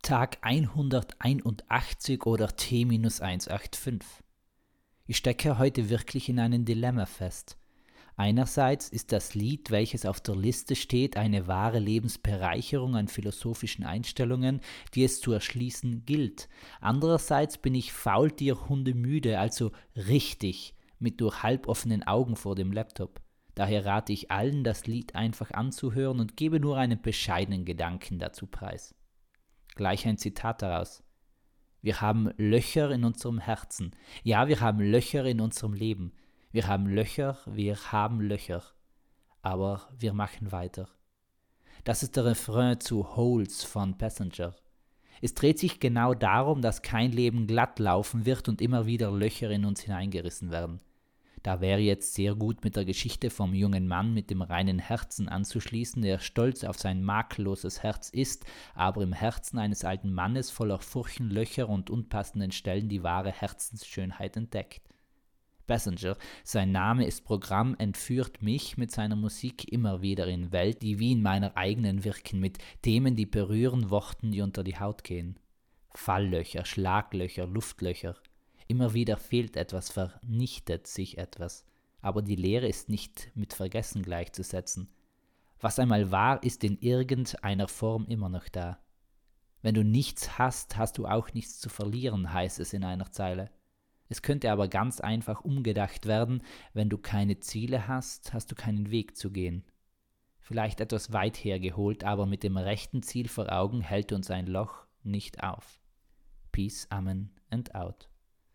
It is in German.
Tag 181 oder T-185. Ich stecke heute wirklich in einem Dilemma fest. Einerseits ist das Lied, welches auf der Liste steht, eine wahre Lebensbereicherung an philosophischen Einstellungen, die es zu erschließen gilt. Andererseits bin ich faultierhundemüde, also richtig, mit durch halboffenen Augen vor dem Laptop. Daher rate ich allen, das Lied einfach anzuhören und gebe nur einen bescheidenen Gedanken dazu preis. Gleich ein Zitat daraus. Wir haben Löcher in unserem Herzen. Ja, wir haben Löcher in unserem Leben. Wir haben Löcher. Aber wir machen weiter. Das ist der Refrain zu Holes von Passenger. Es dreht sich genau darum, dass kein Leben glatt laufen wird und immer wieder Löcher in uns hineingerissen werden. Da wäre jetzt sehr gut mit der Geschichte vom jungen Mann mit dem reinen Herzen anzuschließen, der stolz auf sein makelloses Herz ist, aber im Herzen eines alten Mannes voller Furchen, Löcher und unpassenden Stellen die wahre Herzensschönheit entdeckt. Passenger, sein Name ist Programm, entführt mich mit seiner Musik immer wieder in Welt, die wie in meiner eigenen wirken, mit Themen, die berühren, Worten, die unter die Haut gehen. Falllöcher, Schlaglöcher, Luftlöcher. Immer wieder fehlt etwas, vernichtet sich etwas. Aber die Leere ist nicht mit Vergessen gleichzusetzen. Was einmal war, ist in irgendeiner Form immer noch da. Wenn du nichts hast, hast du auch nichts zu verlieren, heißt es in einer Zeile. Es könnte aber ganz einfach umgedacht werden, wenn du keine Ziele hast, hast du keinen Weg zu gehen. Vielleicht etwas weit hergeholt, aber mit dem rechten Ziel vor Augen hält uns ein Loch nicht auf. Peace, Amen and out.